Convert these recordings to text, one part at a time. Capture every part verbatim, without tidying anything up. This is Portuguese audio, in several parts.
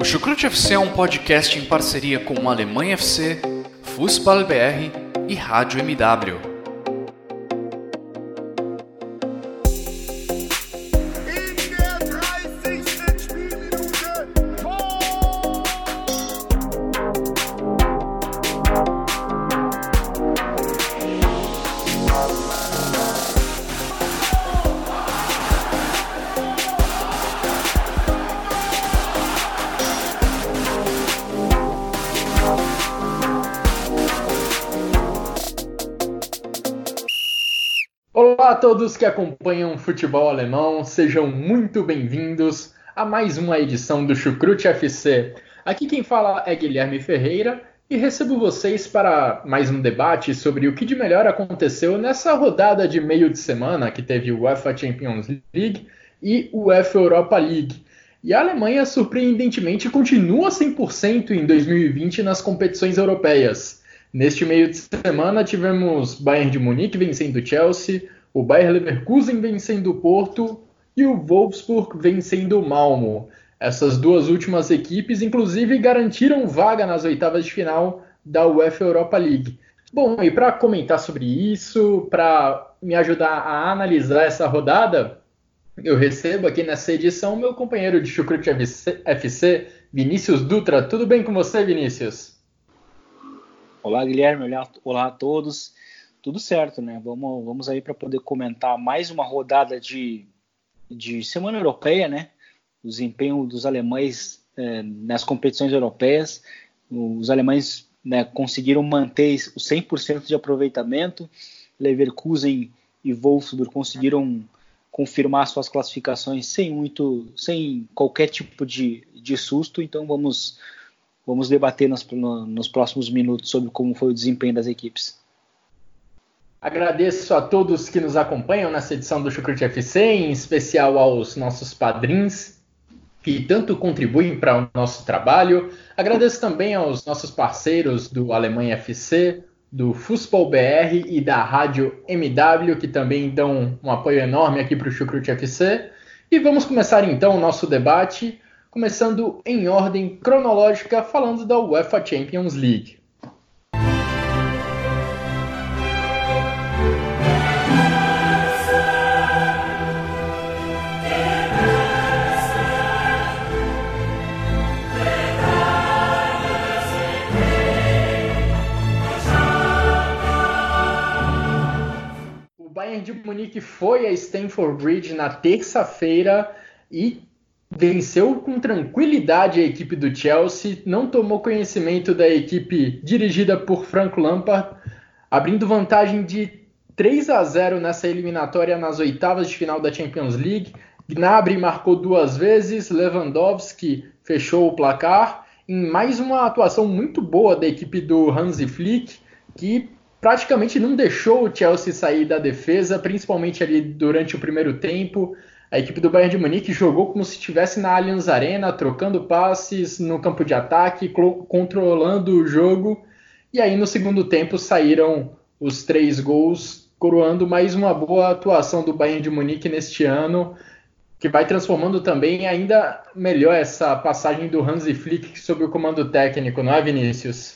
O Chucrute F C é um podcast em parceria com Alemanha F C, Fußball B R e Rádio M W. Olá a todos que acompanham o futebol alemão, sejam muito bem-vindos a mais uma edição do Chucrute F C. Aqui quem fala é Guilherme Ferreira e recebo vocês para mais um debate sobre o que de melhor aconteceu nessa rodada de meio de semana que teve o UEFA Champions League e o UEFA Europa League. E a Alemanha, surpreendentemente, continua cem por cento em dois mil e vinte nas competições europeias. Neste meio de semana tivemos Bayern de Munique vencendo o Chelsea, o Bayer Leverkusen vencendo o Porto e o Wolfsburg vencendo o Malmo. Essas duas últimas equipes, inclusive, garantiram vaga nas oitavas de final da UEFA Europa League. Bom, e para comentar sobre isso, para me ajudar a analisar essa rodada, eu recebo aqui nessa edição meu companheiro de Chucrute F C, Vinícius Dutra. Tudo bem com você, Vinícius? Olá, Guilherme. Olá, olá a todos. Tudo certo, né? Vamos, vamos aí para poder comentar mais uma rodada de, de Semana Europeia, né? O desempenho dos alemães é, nas competições europeias. Os alemães, né, conseguiram manter o cem por cento de aproveitamento. Leverkusen e Wolfsburg conseguiram confirmar suas classificações sem, muito, sem qualquer tipo de, de susto. Então vamos... Vamos debater nos, no, nos próximos minutos sobre como foi o desempenho das equipes. Agradeço a todos que nos acompanham nessa edição do Chucrute F C, em especial aos nossos padrinhos, que tanto contribuem para o nosso trabalho. Agradeço também aos nossos parceiros do Alemanha F C, do Fußball B R e da Rádio M W, que também dão um apoio enorme aqui para o Chucrute F C. E vamos começar então o nosso debate, começando em ordem cronológica, falando da UEFA Champions League. O Bayern de Munique foi a Stamford Bridge na terça-feira e venceu com tranquilidade a equipe do Chelsea, não tomou conhecimento da equipe dirigida por Frank Lampard, abrindo vantagem de três a zero nessa eliminatória nas oitavas de final da Champions League. Gnabry marcou duas vezes, Lewandowski fechou o placar, em mais uma atuação muito boa da equipe do Hansi Flick, que praticamente não deixou o Chelsea sair da defesa, principalmente ali durante o primeiro tempo. A equipe do Bayern de Munique jogou como se estivesse na Allianz Arena, trocando passes no campo de ataque, controlando o jogo. E aí no segundo tempo saíram os três gols, coroando mais uma boa atuação do Bayern de Munique neste ano, que vai transformando também ainda melhor essa passagem do Hansi Flick sob o comando técnico, não é, Vinícius?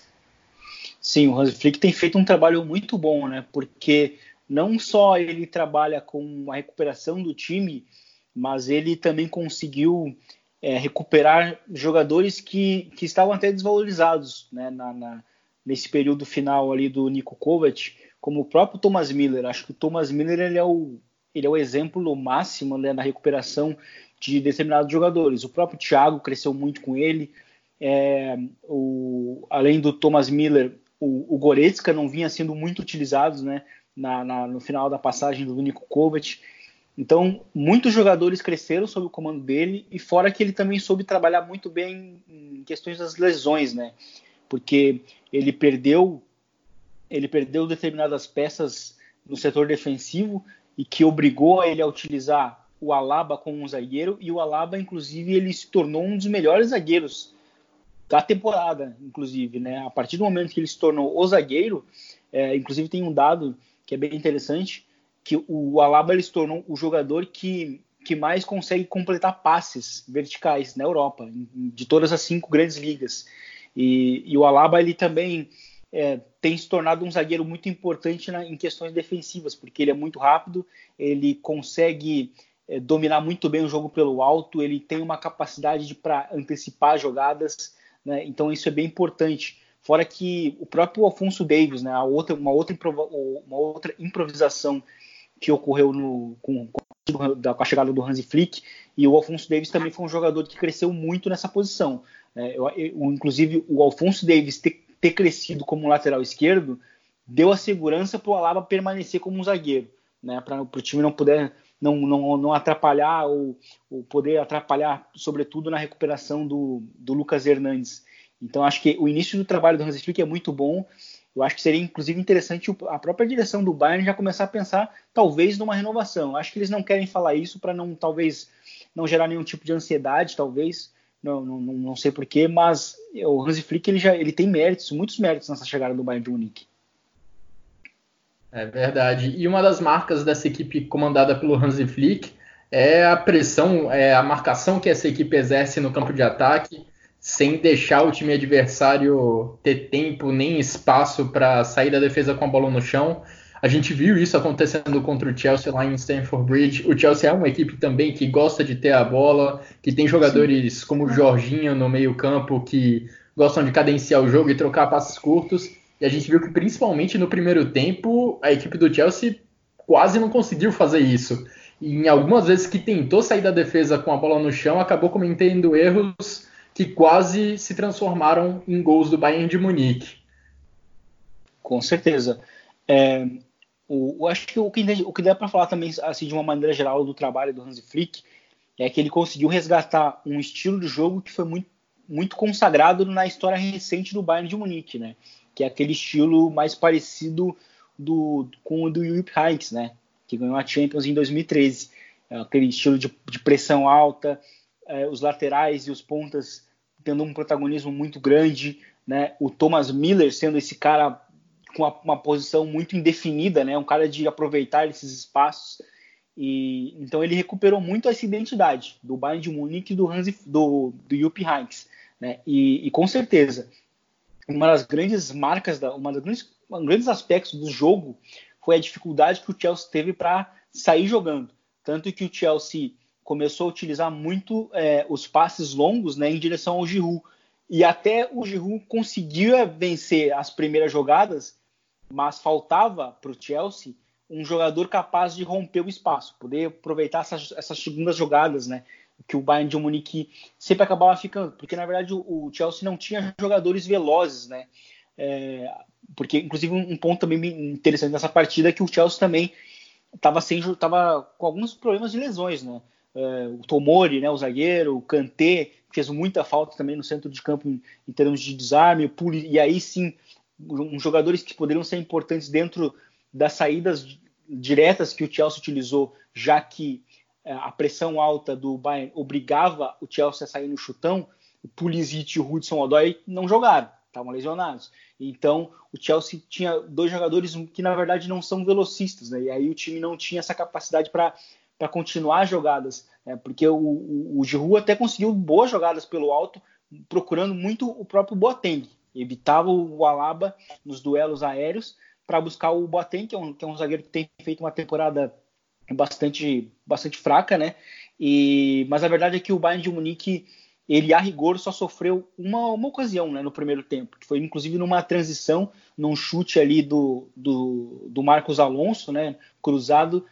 Sim, o Hansi Flick tem feito um trabalho muito bom, né? Porque não só ele trabalha com a recuperação do time, mas ele também conseguiu é, recuperar jogadores que, que estavam até desvalorizados, né, na, na, nesse período final ali do Niko Kovac, como o próprio Thomas Müller. Acho que o Thomas Müller ele é, o, ele é o exemplo máximo, né, na recuperação de determinados jogadores. O próprio Thiago cresceu muito com ele. É, o, além do Thomas Müller, o, o Goretzka não vinha sendo muito utilizado, né, na, na, no final da passagem do Niko Kovac. Então, muitos jogadores cresceram sob o comando dele, e fora que ele também soube trabalhar muito bem em questões das lesões, né? Porque ele perdeu, ele perdeu determinadas peças no setor defensivo e que obrigou ele a utilizar o Alaba como um zagueiro, e o Alaba, inclusive, ele se tornou um dos melhores zagueiros da temporada, inclusive, né? A partir do momento que ele se tornou o zagueiro, é, inclusive tem um dado que é bem interessante, que o Alaba ele se tornou o jogador que, que mais consegue completar passes verticais na Europa, de todas as cinco grandes ligas. E, e o Alaba, ele também é, tem se tornado um zagueiro muito importante na, em questões defensivas, porque ele é muito rápido, ele consegue é, dominar muito bem o jogo pelo alto, ele tem uma capacidade para antecipar jogadas, né? Então isso é bem importante. Fora que o próprio Alphonso Davies, né, a outra, uma, outra uma outra improvisação que ocorreu no, com, com a chegada do Hansi Flick, e o Alphonso Davies também foi um jogador que cresceu muito nessa posição. Né? Eu, eu, inclusive, o Alphonso Davies ter, ter crescido como lateral esquerdo deu a segurança para o Alaba permanecer como um zagueiro, né? Para o time não poder não, não, não atrapalhar ou, ou poder atrapalhar, sobretudo na recuperação do, do Lucas Hernandes. Então, acho que o início do trabalho do Hansi Flick é muito bom. Eu acho que seria, inclusive, interessante a própria direção do Bayern já começar a pensar, talvez, numa renovação. Acho que eles não querem falar isso para não, talvez, não gerar nenhum tipo de ansiedade, talvez. Não, não, não sei porquê, mas o Hansi Flick ele já, ele tem méritos, muitos méritos nessa chegada do Bayern de Munique. É verdade. E uma das marcas dessa equipe comandada pelo Hansi Flick é a pressão, é a marcação que essa equipe exerce no campo de ataque, sem deixar o time adversário ter tempo nem espaço para sair da defesa com a bola no chão. A gente viu isso acontecendo contra o Chelsea lá em Stamford Bridge. O Chelsea é uma equipe também que gosta de ter a bola, que tem jogadores Sim. como o Jorginho no meio-campo que gostam de cadenciar o jogo e trocar passes curtos. E a gente viu que principalmente no primeiro tempo a equipe do Chelsea quase não conseguiu fazer isso. E em algumas vezes que tentou sair da defesa com a bola no chão, acabou cometendo erros que quase se transformaram em gols do Bayern de Munique. Com certeza. É, o, eu acho que o que, o que dá para falar também, assim, de uma maneira geral, do trabalho do Hansi Flick, é que ele conseguiu resgatar um estilo de jogo que foi muito, muito consagrado na história recente do Bayern de Munique, né? Que é aquele estilo mais parecido do, com o do Jupp Heynckes, né? Que ganhou a Champions em dois mil e treze. É aquele estilo de, de pressão alta, é, os laterais e os pontas tendo um protagonismo muito grande, né? O Thomas Müller sendo esse cara com uma, uma posição muito indefinida, né? Um cara de aproveitar esses espaços. E então ele recuperou muito essa identidade do Bayern de Munique e do Hansi, do, do Jupp Heynckes, né? E, e com certeza uma das grandes marcas, da, uma das grandes, um dos grandes aspectos do jogo foi a dificuldade que o Chelsea teve para sair jogando. Tanto que o Chelsea começou a utilizar muito é, os passes longos, né, em direção ao Giroud. E até o Giroud conseguia vencer as primeiras jogadas, mas faltava para o Chelsea um jogador capaz de romper o espaço, poder aproveitar essas, essas segundas jogadas, né, que o Bayern de Munique sempre acabava ficando, porque na verdade o, o Chelsea não tinha jogadores velozes, né, é, porque inclusive um ponto também interessante nessa partida é que o Chelsea também estava com alguns problemas de lesões, né, é, o Tomori, né, o zagueiro, o Kanté, fez muita falta também no centro de campo em, em termos de desarme, o Puli, e aí sim, um, jogadores que poderiam ser importantes dentro das saídas diretas que o Chelsea utilizou, já que a pressão alta do Bayern obrigava o Chelsea a sair no chutão, o Pulisic e o Hudson-Odoi não jogaram, estavam lesionados. Então, o Chelsea tinha dois jogadores que, na verdade, não são velocistas, né? E aí o time não tinha essa capacidade para continuar as jogadas, né? Porque o, o, o Giroud até conseguiu boas jogadas pelo alto, procurando muito o próprio Boateng, evitava o Alaba nos duelos aéreos para buscar o Boateng, que é, um, que é um zagueiro que tem feito uma temporada bastante, bastante fraca, né? E, mas a verdade é que o Bayern de Munique, ele a rigor só sofreu uma, uma ocasião, né, no primeiro tempo, que foi inclusive numa transição, num chute ali do, do, do Marcos Alonso, né, cruzado,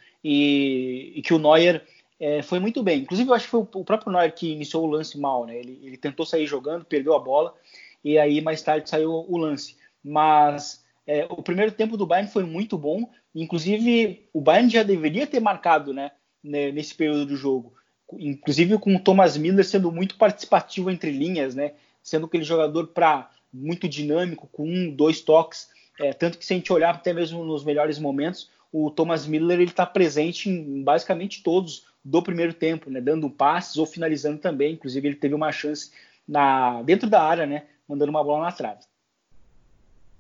e, e que o Neuer é, foi muito bem. Inclusive eu acho que foi o próprio Neuer que iniciou o lance mal, né? Ele, ele tentou sair jogando, perdeu a bola, e aí mais tarde saiu o lance. Mas é, o primeiro tempo do Bayern foi muito bom. Inclusive, o Bayern já deveria ter marcado, né, nesse período do jogo. Inclusive com o Thomas Müller sendo muito participativo entre linhas, né, sendo aquele jogador pra, muito dinâmico, com um, dois toques. É, tanto que se a gente olhar até mesmo nos melhores momentos, o Thomas Müller está presente em basicamente todos do primeiro tempo, né, dando passes ou finalizando também. Inclusive, ele teve uma chance na, dentro da área, né, mandando uma bola na trave.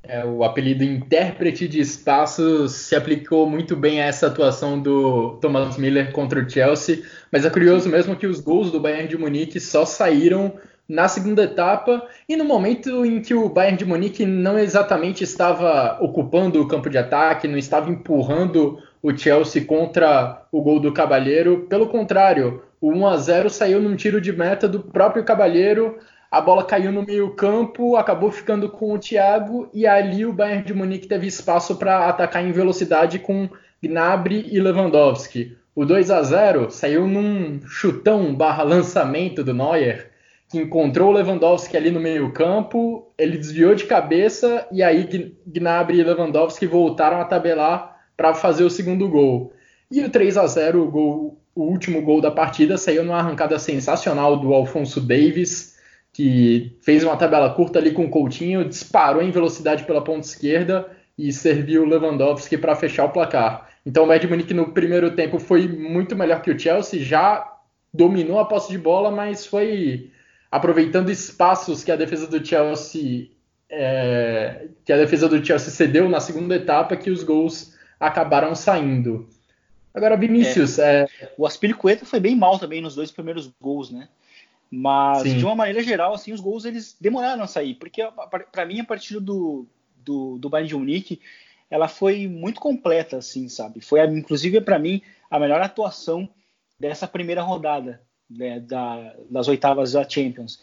É, o apelido intérprete de espaços se aplicou muito bem a essa atuação do Thomas Müller contra o Chelsea, mas é curioso mesmo que os gols do Bayern de Munique só saíram na segunda etapa e no momento em que o Bayern de Munique não exatamente estava ocupando o campo de ataque, não estava empurrando o Chelsea contra o gol do Caballero, pelo contrário, o um a zero saiu num tiro de meta do próprio Caballero. A bola caiu no meio-campo, acabou ficando com o Thiago e ali o Bayern de Munique teve espaço para atacar em velocidade com Gnabry e Lewandowski. O dois a zero saiu num chutão barra lançamento do Neuer, que encontrou o Lewandowski ali no meio-campo, ele desviou de cabeça e aí Gnabry e Lewandowski voltaram a tabelar para fazer o segundo gol. E o três a zero, o, gol, o último gol da partida, saiu numa arrancada sensacional do Alphonso Davies, que fez uma tabela curta ali com o Coutinho, disparou em velocidade pela ponta esquerda e serviu o Lewandowski para fechar o placar. Então o Bayern de Munique no primeiro tempo foi muito melhor que o Chelsea, já dominou a posse de bola, mas foi aproveitando espaços que a defesa do Chelsea é, que a defesa do Chelsea cedeu na segunda etapa, que os gols acabaram saindo. Agora, Vinícius... É, é... O Azpilicueta foi bem mal também nos dois primeiros gols, né? Mas, Sim. de uma maneira geral, assim, os gols eles demoraram a sair, porque para mim a partida do, do, do Bayern de Munique ela foi muito completa, assim, sabe? Foi, inclusive, para mim, a melhor atuação dessa primeira rodada, né, da, das oitavas da Champions.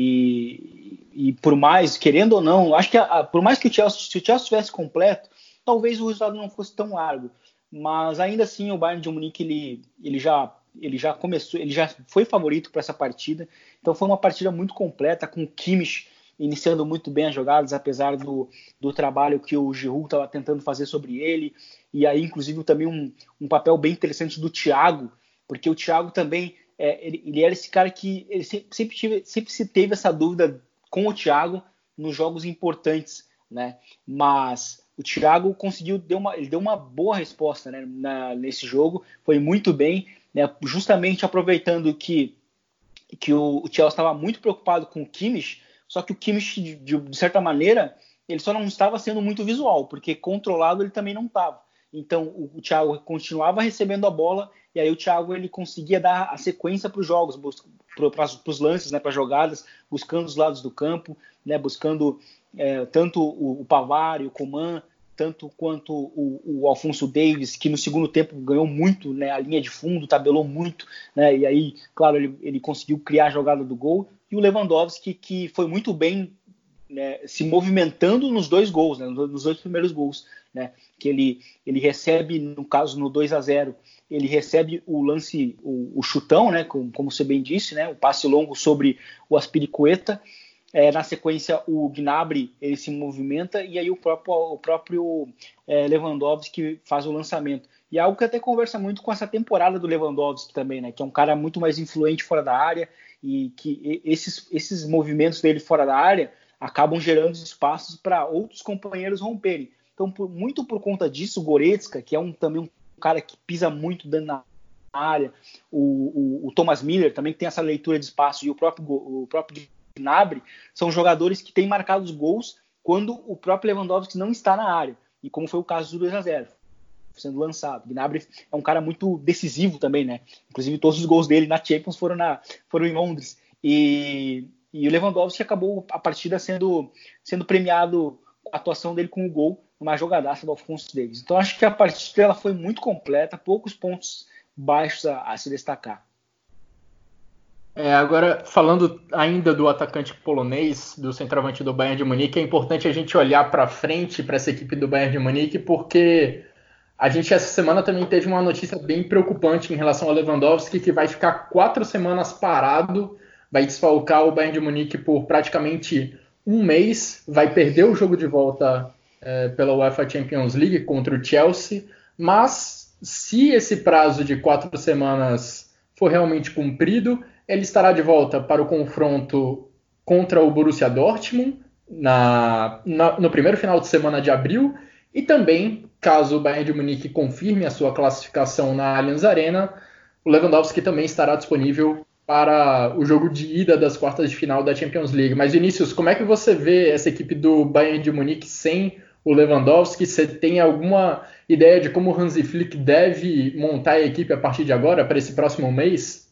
E, e por mais, querendo ou não, acho que a, por mais que o Chelsea, se o Chelsea estivesse completo, talvez o resultado não fosse tão largo. Mas ainda assim o Bayern de Munique ele, ele já ele já começou, ele já foi favorito para essa partida. Então foi uma partida muito completa, com o Kimmich iniciando muito bem as jogadas, apesar do, do trabalho que o Giroud estava tentando fazer sobre ele. E aí, inclusive, também um, um papel bem interessante do Thiago, porque o Thiago também, é, ele, ele era esse cara que ele sempre, sempre, tive, sempre se teve essa dúvida com o Thiago nos jogos importantes, né? Mas o Thiago conseguiu, deu uma, ele deu uma boa resposta, né, na, nesse jogo, foi muito bem, né, justamente aproveitando que, que o, o Chelsea estava muito preocupado com o Kimmich, só que o Kimmich, de, de, de certa maneira, ele só não estava sendo muito visual, porque controlado ele também não estava. Então o, o Thiago continuava recebendo a bola, e aí o Thiago ele conseguia dar a sequência para os jogos, para os lances, né, para as jogadas, buscando os lados do campo, né, buscando é, tanto o, o Pavard, o Coman, tanto quanto o, o Alphonso Davies, que no segundo tempo ganhou muito, né, a linha de fundo, tabelou muito, né, e aí, claro, ele, ele conseguiu criar a jogada do gol, e o Lewandowski, que foi muito bem, né, se movimentando nos dois gols, né, nos dois primeiros gols, né, que ele, ele recebe, no caso, no dois a zero, ele recebe o lance, o, o chutão, né, como, como você bem disse, né, o passe longo sobre o Azpilicueta. É, na sequência, o Gnabry ele se movimenta e aí o próprio, o próprio é, Lewandowski faz o lançamento. E é algo que até conversa muito com essa temporada do Lewandowski também, né? Que é um cara muito mais influente fora da área e que esses, esses movimentos dele fora da área acabam gerando espaços para outros companheiros romperem. Então, por, muito por conta disso, o Goretzka, que é um, também um cara que pisa muito dentro da área, o, o, o Thomas Müller também que tem essa leitura de espaço, e o próprio, o próprio Gnabry, são jogadores que têm marcado os gols quando o próprio Lewandowski não está na área, e como foi o caso do dois a zero, sendo lançado. Gnabry é um cara muito decisivo também, né? Inclusive todos os gols dele na Champions foram, na, foram em Londres, e, e o Lewandowski acabou a partida sendo, sendo premiado a atuação dele com o gol numa jogadaça do Alphonso Davies. Então acho que a partida ela foi muito completa, poucos pontos baixos a, a se destacar. É, agora, falando ainda do atacante polonês, do centroavante do Bayern de Munique, é importante a gente olhar para frente para essa equipe do Bayern de Munique, porque a gente essa semana também teve uma notícia bem preocupante em relação ao Lewandowski, que vai ficar quatro semanas parado, vai desfalcar o Bayern de Munique por praticamente um mês, vai perder o jogo de volta é, pela UEFA Champions League contra o Chelsea, mas se esse prazo de quatro semanas for realmente cumprido, ele estará de volta para o confronto contra o Borussia Dortmund na, na, no primeiro final de semana de abril e também, caso o Bayern de Munique confirme a sua classificação na Allianz Arena, o Lewandowski também estará disponível para o jogo de ida das quartas de final da Champions League. Mas, Vinícius, como é que você vê essa equipe do Bayern de Munique sem o Lewandowski? Você tem alguma ideia de como o Hansi Flick deve montar a equipe a partir de agora, para esse próximo mês?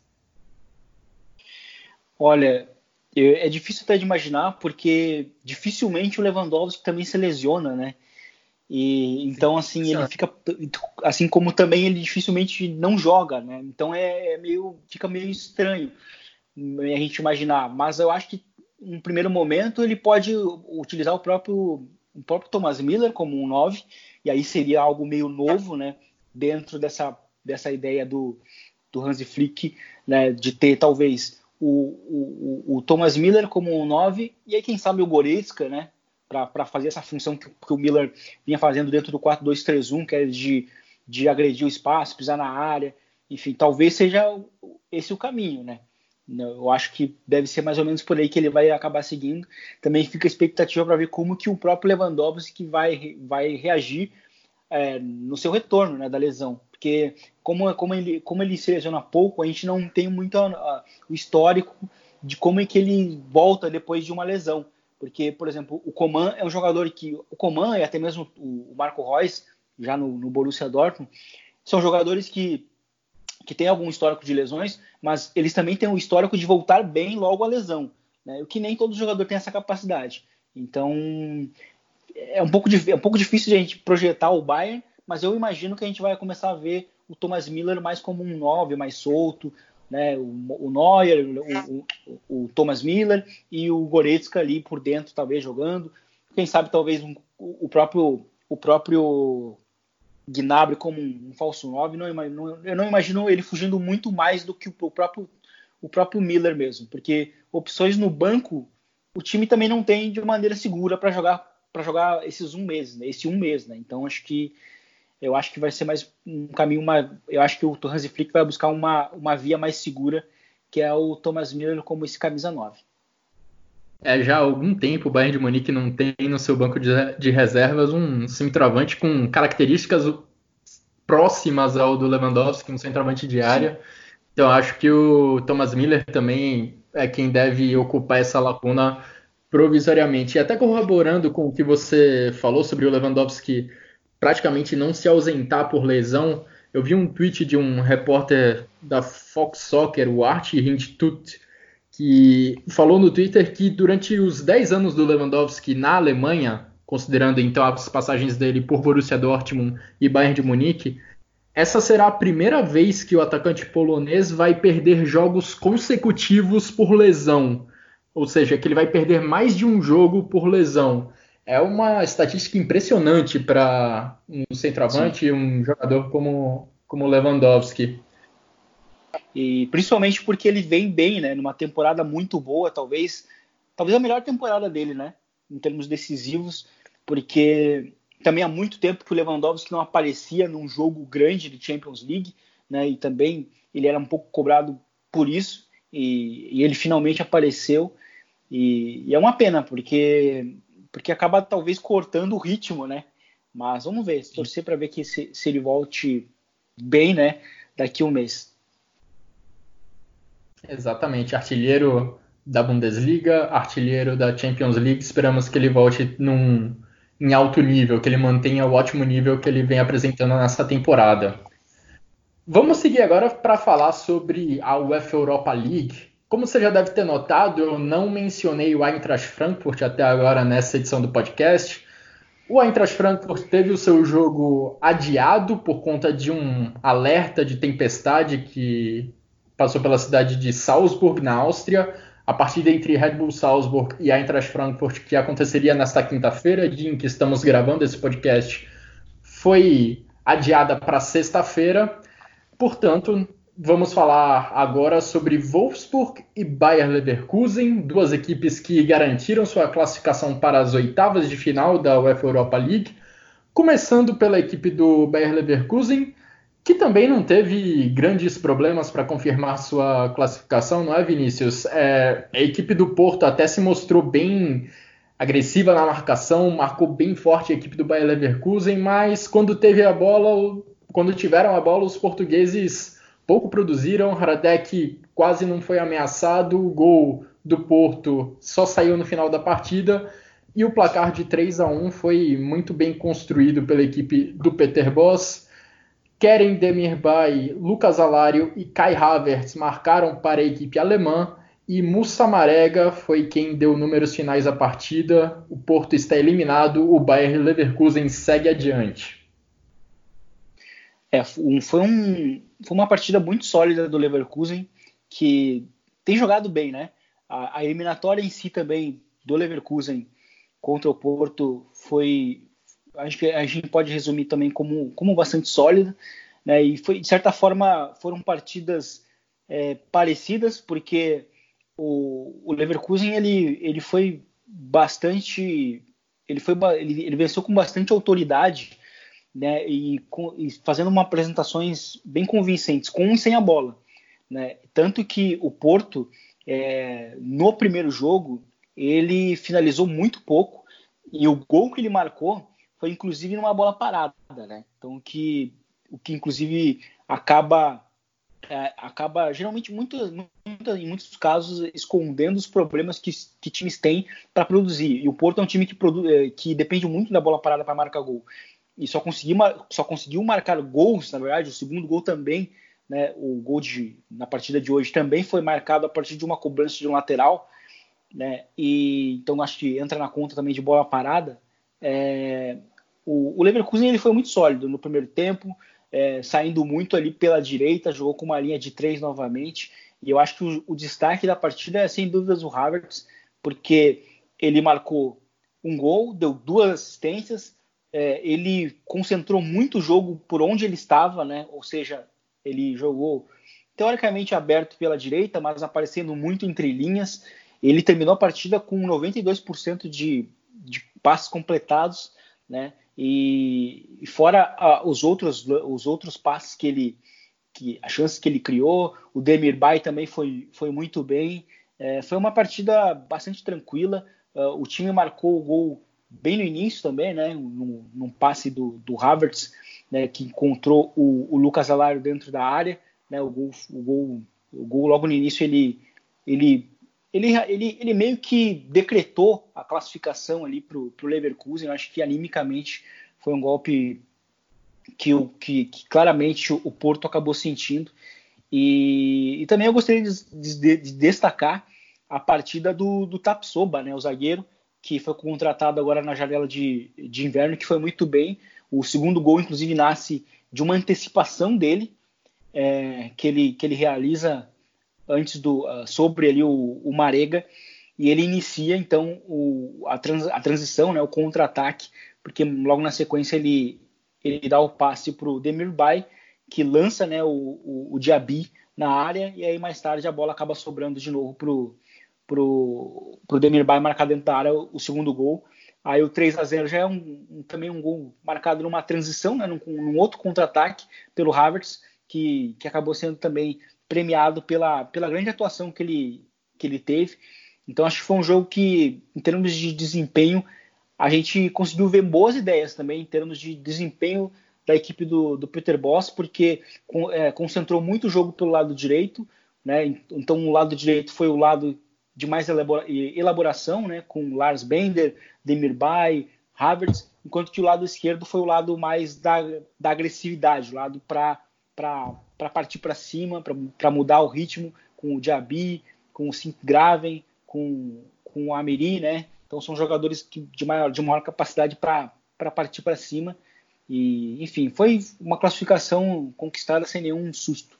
Olha, é difícil até de imaginar, porque dificilmente o Lewandowski também se lesiona, né? E então, assim, Sim. ele fica, assim como também ele dificilmente não joga, né? Então é, é meio, fica meio estranho a gente imaginar. Mas eu acho que em primeiro momento ele pode utilizar o próprio, o próprio Thomas Müller como um nove, e aí seria algo meio novo, né? Dentro dessa, dessa ideia do, do Hansi Flick, né? De ter talvez o, o, o Thomas Müller como um nove, e aí quem sabe o Goretzka, né? Para fazer essa função que, que o Müller vinha fazendo dentro do quatro dois três um, que é de, de agredir o espaço, pisar na área, enfim, talvez seja esse o caminho, né? Eu acho que deve ser mais ou menos por aí que ele vai acabar seguindo. Também fica a expectativa para ver como que o próprio Lewandowski vai, vai reagir é, no seu retorno, né, da lesão, porque como, como, ele, como ele se lesiona pouco, a gente não tem muito a, a, o histórico de como é que ele volta depois de uma lesão. Porque, por exemplo, o Coman é um jogador que... O Coman e até mesmo o Marco Reus, já no, no Borussia Dortmund, são jogadores que, que têm algum histórico de lesões, mas eles também têm um histórico de voltar bem logo à lesão, né? O que nem todo jogador tem essa capacidade. Então, é um pouco, é um pouco difícil de a gente projetar o Bayern, mas eu imagino que a gente vai começar a ver o Thomas Müller mais como um nove, mais solto, né, o, o Neuer, o, o, o Thomas Müller e o Goretzka ali por dentro, talvez jogando. Quem sabe talvez um, o próprio o próprio Gnabry como um, um falso nove. Não, não, eu não imagino ele fugindo muito mais do que o próprio o próprio Müller mesmo, porque opções no banco o time também não tem de maneira segura para jogar para jogar esses um mês, né, esse um mês, né? Então acho que Eu acho que vai ser mais um caminho, uma, eu acho que o Hansi Flick vai buscar uma, uma via mais segura, que é o Thomas Müller como esse camisa nove. É, já há algum tempo o Bayern de Munique não tem no seu banco de, de reservas um centroavante com características próximas ao do Lewandowski, um centroavante de área. Sim. Então acho que o Thomas Müller também é quem deve ocupar essa lacuna provisoriamente. E até corroborando com o que você falou sobre o Lewandowski praticamente não se ausentar por lesão, eu vi um tweet de um repórter da Fox Soccer, o Art Hindtut, que falou no Twitter que durante os dez anos do Lewandowski na Alemanha, considerando então as passagens dele por Borussia Dortmund e Bayern de Munique, essa será a primeira vez que o atacante polonês vai perder jogos consecutivos por lesão, ou seja, que ele vai perder mais de um jogo por lesão. É uma estatística impressionante para um centroavante e um jogador como, como Lewandowski. E principalmente porque ele vem bem, né? Numa temporada muito boa, talvez, talvez a melhor temporada dele, né? Em termos decisivos, porque também há muito tempo que o Lewandowski não aparecia num jogo grande de Champions League, né? E também ele era um pouco cobrado por isso, e, e ele finalmente apareceu. E, e é uma pena, porque... porque acaba talvez cortando o ritmo, né? Mas vamos ver, torcer para ver que se, se ele volte bem, né? Daqui a um mês. Exatamente, artilheiro da Bundesliga, artilheiro da Champions League, esperamos que ele volte num, em alto nível, que ele mantenha o ótimo nível que ele vem apresentando nessa temporada. Vamos seguir agora para falar sobre a UEFA Europa League. Como você já deve ter notado, eu não mencionei o Eintracht Frankfurt até agora nessa edição do podcast. O Eintracht Frankfurt teve o seu jogo adiado por conta de um alerta de tempestade que passou pela cidade de Salzburg, na Áustria. A partida entre Red Bull Salzburg e Eintracht Frankfurt, que aconteceria nesta quinta-feira, dia em que estamos gravando esse podcast, foi adiada para sexta-feira. Portanto, vamos falar agora sobre Wolfsburg e Bayer Leverkusen, duas equipes que garantiram sua classificação para as oitavas de final da UEFA Europa League, começando pela equipe do Bayer Leverkusen, que também não teve grandes problemas para confirmar sua classificação, não é, Vinícius? É, a equipe do Porto até se mostrou bem agressiva na marcação, marcou bem forte a equipe do Bayer Leverkusen, mas quando teve a bola, quando tiveram a bola, os portugueses pouco produziram. Hradek quase não foi ameaçado, o gol do Porto só saiu no final da partida, e o placar de três a um foi muito bem construído pela equipe do Peter Bosz. Kerem Demirbay, Lucas Alario e Kai Havertz marcaram para a equipe alemã, e Moussa Marega foi quem deu números finais à partida. O Porto está eliminado, o Bayer Leverkusen segue adiante. É, foi, um, foi uma partida muito sólida do Leverkusen, que tem jogado bem, né? A, a eliminatória em si também do Leverkusen contra o Porto foi, acho que a gente pode resumir também como, como bastante sólida, né? E foi, de certa forma, foram partidas é, parecidas, porque o, o Leverkusen ele, ele foi bastante, ele, foi, ele, ele venceu com bastante autoridade, né? E, com, e fazendo uma apresentações bem convincentes, com e sem a bola, né? Tanto que o Porto, é, no primeiro jogo, ele finalizou muito pouco, e o gol que ele marcou foi inclusive numa bola parada, né? Então que o que inclusive acaba é, acaba geralmente muito, muito, em muitos casos escondendo os problemas que, que times têm para produzir. E o Porto é um time que produz, que depende muito da bola parada para marcar gol, e só conseguiu só conseguiu marcar gols, na verdade. O segundo gol também, né? O gol de, na partida de hoje também foi marcado a partir de uma cobrança de um lateral, né? E então acho que entra na conta também de bola parada. É, o, o Leverkusen ele foi muito sólido no primeiro tempo, é, saindo muito ali pela direita, jogou com uma linha de três novamente, e eu acho que o, o destaque da partida é sem dúvidas o Havertz, porque ele marcou um gol, deu duas assistências, é, ele concentrou muito o jogo por onde ele estava, né? Ou seja, ele jogou teoricamente aberto pela direita, mas aparecendo muito entre linhas. Ele terminou a partida com noventa e dois por cento de, de passes completados, né? E, e fora a, os, outros, os outros passes que ele, que, as chances que ele criou, o Demirbay também foi, foi muito bem. É, foi uma partida bastante tranquila. Uh, o time marcou o gol bem no início também, né? Num, num passe do, do Havertz, né? Que encontrou o, o Lucas Alario dentro da área, né? O gol, o gol, o gol logo no início ele, ele Ele, ele, ele meio que decretou a classificação ali para o Leverkusen. Eu acho que animicamente foi um golpe que, o, que, que claramente o Porto acabou sentindo. E, e também eu gostaria de, de, de destacar a partida do, do Tapsoba, né, o zagueiro, que foi contratado agora na janela de, de inverno, que foi muito bem. O segundo gol, inclusive, nasce de uma antecipação dele, é, que, ele, que ele realiza antes do, uh, sobre ali o, o Marega, e ele inicia então o, a, trans, a transição, né, o contra-ataque, porque logo na sequência ele, ele dá o passe para o Demirbay, que lança, né, o, o, o Diaby na área, e aí mais tarde a bola acaba sobrando de novo para o pro, pro Demirbay marcar dentro da área o, o segundo gol. Aí o três a zero já é um, um, também um gol marcado numa transição, né, num, num outro contra-ataque pelo Havertz, que, que acabou sendo também premiado pela, pela grande atuação que ele, que ele teve. Então acho que foi um jogo que, em termos de desempenho, a gente conseguiu ver boas ideias também, em termos de desempenho da equipe do, do Peter Bosz, porque é, concentrou muito o jogo pelo lado direito, né? Então o lado direito foi o lado de mais elabora, elaboração, né? Com Lars Bender, Demirbay, Havertz, enquanto que o lado esquerdo foi o lado mais da, da agressividade, o lado para para partir para cima, para mudar o ritmo, com o Diaby, com o Sint-Graven, com, com o Amiri, né? Então são jogadores que, de, maior, de maior capacidade para partir para cima. E, enfim, foi uma classificação conquistada sem nenhum susto.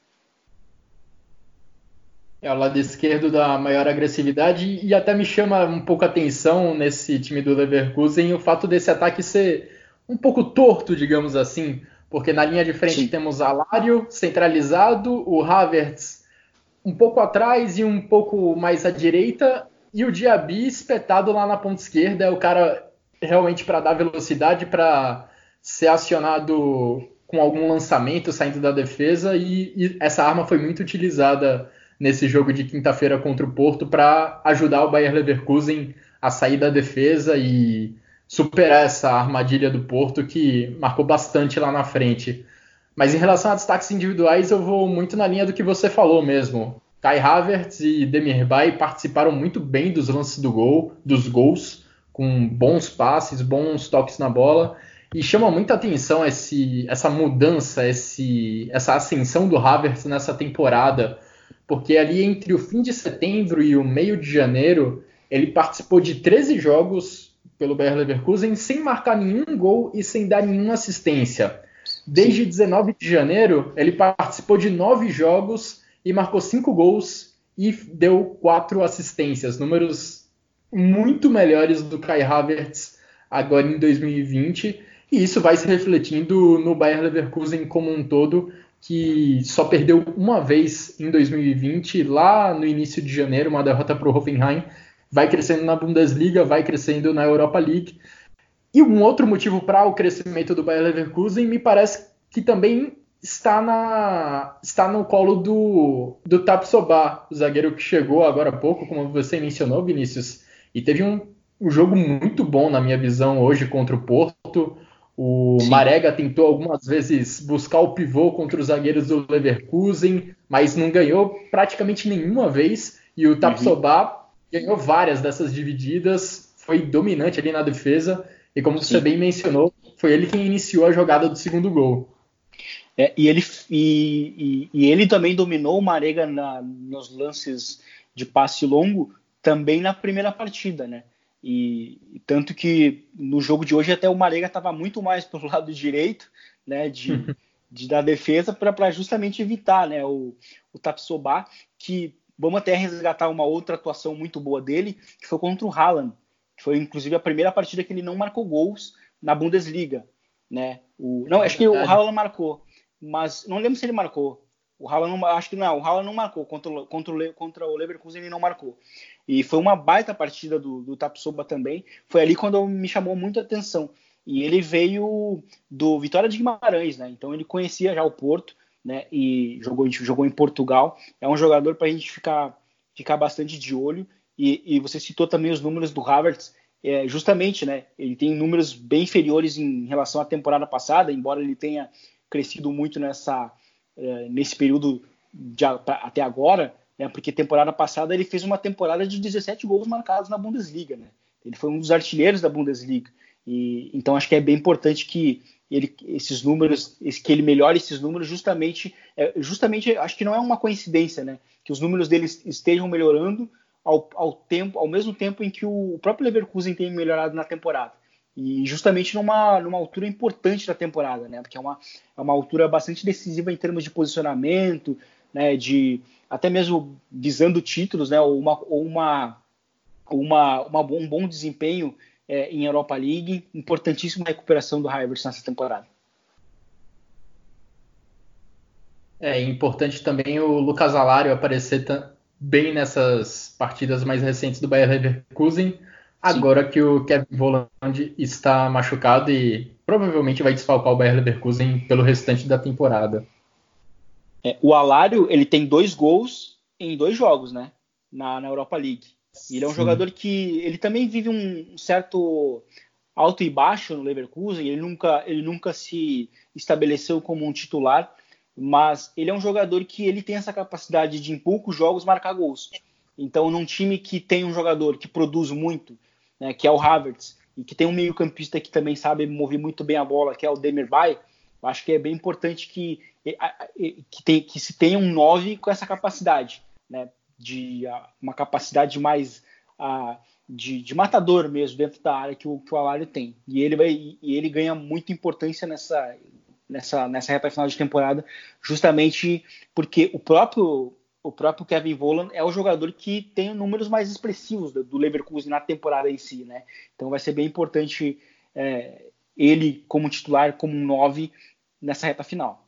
É o lado esquerdo da maior agressividade, e até me chama um pouco a atenção nesse time do Leverkusen o fato desse ataque ser um pouco torto, digamos assim, porque na linha de frente Sim. temos Alario centralizado, o Havertz um pouco atrás e um pouco mais à direita, e o Diaby espetado lá na ponta esquerda. É o cara realmente para dar velocidade, para ser acionado com algum lançamento saindo da defesa, e, e essa arma foi muito utilizada nesse jogo de quinta-feira contra o Porto para ajudar o Bayer Leverkusen a sair da defesa e superar essa armadilha do Porto, que marcou bastante lá na frente. Mas em relação a destaques individuais, eu vou muito na linha do que você falou mesmo. Kai Havertz e Demirbay participaram muito bem dos lances do gol, dos gols, com bons passes, bons toques na bola. E chama muita atenção esse, essa mudança, esse, essa ascensão do Havertz nessa temporada, porque ali entre o fim de setembro e o meio de janeiro, ele participou de treze jogos pelo Bayer Leverkusen sem marcar nenhum gol e sem dar nenhuma assistência. Desde dezenove de janeiro, ele participou de nove jogos e marcou cinco gols e deu quatro assistências, números muito melhores do Kai Havertz agora em dois mil e vinte, e isso vai se refletindo no Bayer Leverkusen como um todo, que só perdeu uma vez em dois mil e vinte, lá no início de janeiro, uma derrota para o Hoffenheim, vai crescendo na Bundesliga, vai crescendo na Europa League. E um outro motivo para o crescimento do Bayer Leverkusen me parece que também está, na, está no colo do, do Tapsoba, o zagueiro que chegou agora há pouco, como você mencionou, Vinícius, e teve um, um jogo muito bom na minha visão hoje contra o Porto. O Sim. Marega tentou algumas vezes buscar o pivô contra os zagueiros do Leverkusen, mas não ganhou praticamente nenhuma vez, e o Tapsoba uhum. ganhou várias dessas divididas, foi dominante ali na defesa, e como Sim. você bem mencionou, foi ele quem iniciou a jogada do segundo gol. É, e, ele, e, e, e ele também dominou o Marega na, nos lances de passe longo, também na primeira partida, né? E, e tanto que no jogo de hoje até o Marega estava muito mais pelo lado direito, né, de, de da defesa, para justamente evitar, né, o, o Tapsoba, que vamos até resgatar uma outra atuação muito boa dele, que foi contra o Haaland, que foi inclusive a primeira partida que ele não marcou gols na Bundesliga, né? O, não, acho que o Haaland marcou, mas não lembro se ele marcou. O Haaland não, acho que não, o Haaland não marcou contra, contra, o, contra o Leverkusen, ele não marcou. E foi uma baita partida do, do Tapsoba também. Foi ali quando me chamou muito a atenção. E ele veio do Vitória de Guimarães, né? Então ele conhecia já o Porto, né? E jogou, jogou em Portugal. É um jogador para a gente ficar, ficar bastante de olho. E, e você citou também os números do Havertz. É, justamente, né? Ele tem números bem inferiores em relação à temporada passada, embora ele tenha crescido muito nessa, é, nesse período de, pra, até agora, né? Porque temporada passada ele fez uma temporada de dezessete gols marcados na Bundesliga, né? Ele foi um dos artilheiros da Bundesliga. E, então acho que é bem importante que ele, esses números, esse, que ele melhore esses números justamente, é, justamente acho que não é uma coincidência, né? Que os números dele estejam melhorando ao, ao, tempo, ao mesmo tempo em que o próprio Leverkusen tem melhorado na temporada. E justamente numa, numa altura importante da temporada, né? Porque é uma, é uma altura bastante decisiva em termos de posicionamento, né? De, até mesmo visando títulos, né? Ou uma, ou uma, uma, uma, um bom desempenho é, em Europa League. Importantíssima recuperação do Havertz nessa temporada. É importante também o Lucas Alario aparecer t- bem nessas partidas mais recentes do Bayer Leverkusen, agora Sim. que o Kevin Volland está machucado e provavelmente vai desfalcar o Bayer Leverkusen pelo restante da temporada. É, o Alario, ele tem dois gols em dois jogos, né? Na, na Europa League. E ele é um Sim. jogador que ele também vive um certo alto e baixo no Leverkusen. Ele nunca, ele nunca se estabeleceu como um titular, mas ele é um jogador que ele tem essa capacidade de em poucos jogos marcar gols. Então, num time que tem um jogador que produz muito, né, que é o Havertz, e que tem um meio-campista que também sabe mover muito bem a bola, que é o Demirbay, acho que é bem importante que, que, tem, que se tenha um nove com essa capacidade, né, de uma capacidade mais uh, de, de matador mesmo dentro da área que o, que o Alario tem. E ele, vai, e ele ganha muita importância nessa, nessa, nessa reta final de temporada, justamente porque o próprio O próprio Kevin Volland é o jogador que tem números mais expressivos do Leverkusen na temporada em si, né? Então vai ser bem importante é, ele como titular, como um nove nessa reta final.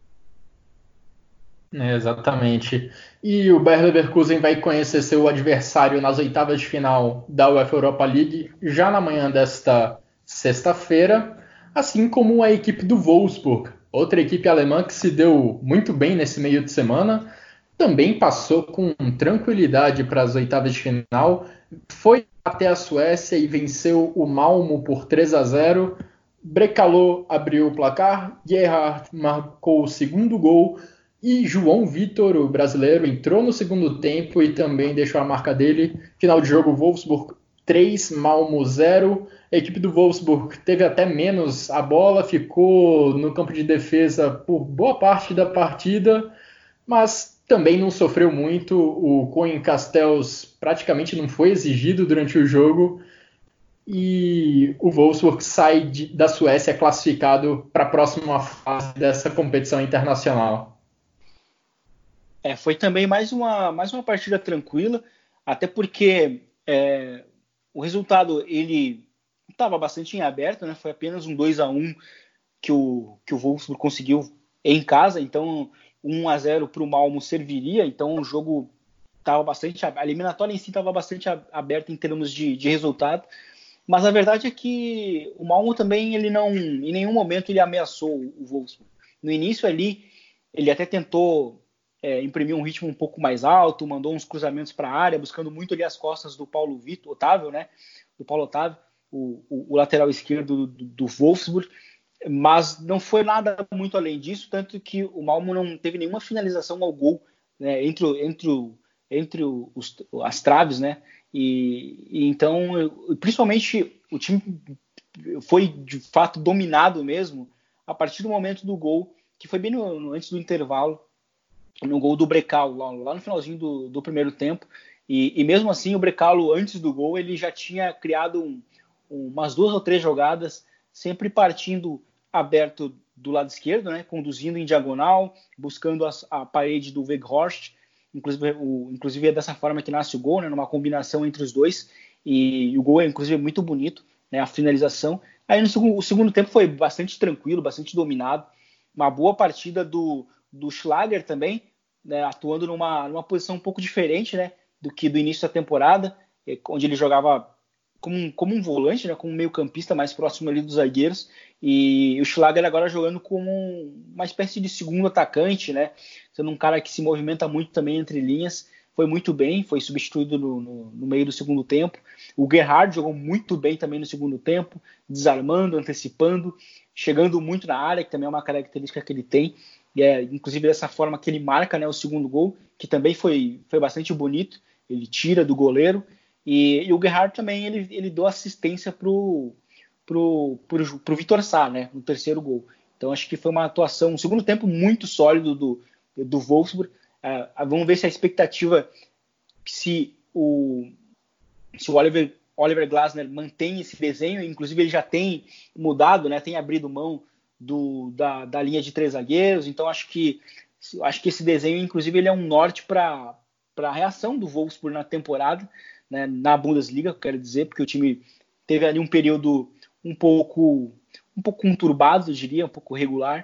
É, exatamente. E o Bayer Leverkusen vai conhecer seu adversário nas oitavas de final da UEFA Europa League já na manhã desta sexta-feira, assim como a equipe do Wolfsburg, outra equipe alemã que se deu muito bem nesse meio de semana. Também passou com tranquilidade para as oitavas de final, foi até a Suécia e venceu o Malmo por três a zero. Brekalo abriu o placar, Gerhard marcou o segundo gol E João Vitor, o brasileiro, entrou no segundo tempo e também deixou a marca dele. Final de jogo, Wolfsburg três, Malmo zero. A equipe do Wolfsburg teve até menos a bola, ficou no campo de defesa por boa parte da partida, mas também não sofreu muito. O Koen Castells praticamente não foi exigido durante o jogo. E o Wolfsburg sai de, da Suécia classificado para a próxima fase dessa competição internacional. É, foi também mais uma, mais uma partida tranquila, até porque é, o resultado ele estava bastante em aberto, né? Foi apenas um dois a um que o, que o Wolfsburg conseguiu em casa, então um a zero para o Malmo serviria, então o jogo estava bastante, a eliminatória em si estava bastante aberta em termos de, de resultado. Mas a verdade é que o Malmo também, ele não, em nenhum momento ele ameaçou o Wolfsburg. No início ali, ele até tentou é, imprimir um ritmo um pouco mais alto, mandou uns cruzamentos para a área, buscando muito ali as costas do Paulo Vitor, Otávio, né? Do Paulo Otávio, o, o, o lateral esquerdo do, do Wolfsburg. Mas não foi nada muito além disso, tanto que o Malmo não teve nenhuma finalização ao gol, né, entre, entre, entre os, as traves, né? E, e então, principalmente, o time foi de fato dominado mesmo a partir do momento do gol, que foi bem no, no, antes do intervalo, no gol do Brecalo, lá, lá no finalzinho do, do primeiro tempo. E, e mesmo assim, o Brecalo, antes do gol, ele já tinha criado um, um, umas duas ou três jogadas, sempre partindo aberto do lado esquerdo, né, conduzindo em diagonal, buscando a, a parede do Weghorst. Inclusive, o, inclusive é dessa forma que nasce o gol, né, numa combinação entre os dois, e, e o gol é inclusive muito bonito, né, a finalização. Aí no segundo, o segundo tempo foi bastante tranquilo, bastante dominado, uma boa partida do, do Schlager também, né, atuando numa, numa posição um pouco diferente, né, do que do início da temporada, onde ele jogava como, como um volante, né, como um meio campista mais próximo ali dos zagueiros, e o Schlager agora jogando como uma espécie de segundo atacante, né, sendo um cara que se movimenta muito também entre linhas. Foi muito bem, foi substituído no, no, no meio do segundo tempo. O Gerhard jogou muito bem também no segundo tempo, desarmando, antecipando, chegando muito na área, que também é uma característica que ele tem, e é inclusive dessa forma que ele marca, né, o segundo gol, que também foi, foi bastante bonito. Ele tira do goleiro, e, e o Gerhard também ele, ele deu assistência pro pro, pro, pro Vitor Sá, né, no terceiro gol. Então acho que foi uma atuação, um segundo tempo muito sólido do, do Wolfsburg. Uh, vamos ver se a expectativa, se o, se o Oliver, Oliver Glasner mantém esse desenho, inclusive ele já tem mudado, né, tem abrido mão do, da, da linha de três zagueiros, então acho que, acho que esse desenho, inclusive, ele é um norte para a reação do Wolfsburg na temporada, né, na Bundesliga, quero dizer, porque o time teve ali um período um pouco, um pouco conturbado, eu diria, um pouco regular,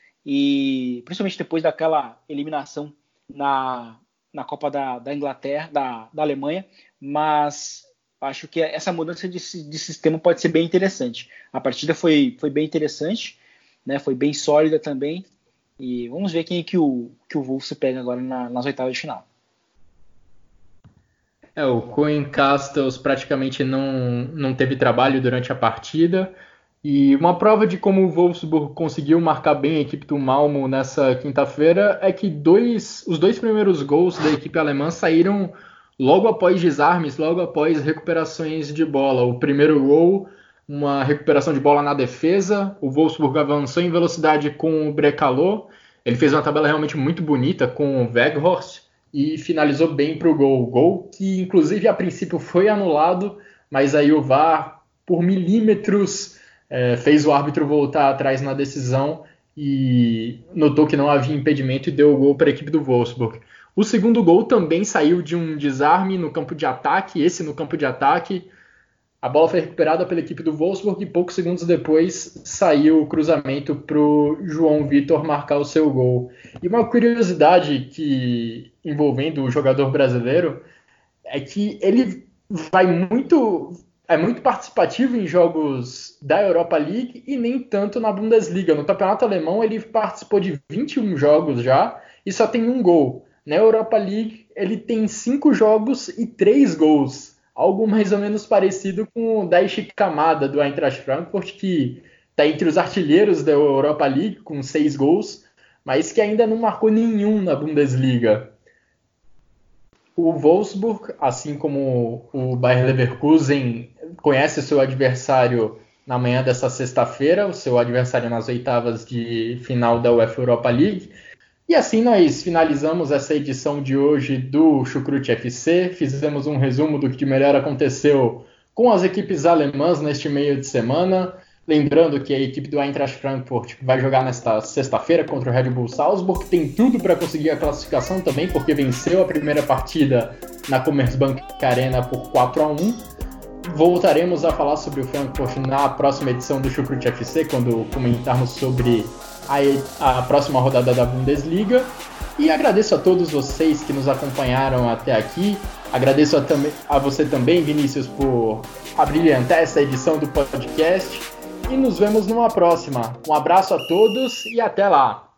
e principalmente depois daquela eliminação na, na Copa da, da Inglaterra, da, da Alemanha, mas acho que essa mudança de, de sistema pode ser bem interessante. A partida foi, foi bem interessante, né, foi bem sólida também, e vamos ver quem é que o, que o Wolves pega agora na, nas oitavas de final. É, o Koen Castells praticamente não, não teve trabalho durante a partida. E uma prova de como o Wolfsburg conseguiu marcar bem a equipe do Malmo nessa quinta-feira é que dois, os dois primeiros gols da equipe alemã saíram logo após desarmes, logo após recuperações de bola. O primeiro gol, uma recuperação de bola na defesa, o Wolfsburg avançou em velocidade com o Brecalo, ele fez uma tabela realmente muito bonita com o Weghorst, e finalizou bem para o gol. Gol que, inclusive, a princípio foi anulado, mas aí o V A R, por milímetros, é, fez o árbitro voltar atrás na decisão e notou que não havia impedimento e deu o gol para a equipe do Wolfsburg. O segundo gol também saiu de um desarme no campo de ataque, esse no campo de ataque. A bola foi recuperada pela equipe do Wolfsburg e poucos segundos depois saiu o cruzamento para o João Vitor marcar o seu gol. E uma curiosidade que envolvendo o jogador brasileiro é que ele vai muito, é muito participativo em jogos da Europa League e nem tanto na Bundesliga. No campeonato alemão ele participou de vinte e um jogos já e só tem um gol. Na Europa League ele tem cinco jogos e três gols. Algo mais ou menos parecido com o Daichi Kamada do Eintracht Frankfurt, que está entre os artilheiros da Europa League com seis gols, mas que ainda não marcou nenhum na Bundesliga. O Wolfsburg, assim como o Bayer Leverkusen, conhece o seu adversário na manhã dessa sexta-feira, o seu adversário nas oitavas de final da UEFA Europa League. E assim nós finalizamos essa edição de hoje do Chucrute F C, fizemos um resumo do que de melhor aconteceu com as equipes alemãs neste meio de semana. Lembrando que a equipe do Eintracht Frankfurt vai jogar nesta sexta-feira contra o Red Bull Salzburg, tem tudo para conseguir a classificação também, porque venceu a primeira partida na Commerzbank Arena por quatro a um. Voltaremos a falar sobre o Frankfurt na próxima edição do Chucrute F C, quando comentarmos sobre a, a próxima rodada da Bundesliga. E agradeço a todos vocês que nos acompanharam até aqui. Agradeço a, tam- a você também, Vinícius, por abrilhantar essa edição do podcast. E nos vemos numa próxima. Um abraço a todos e até lá!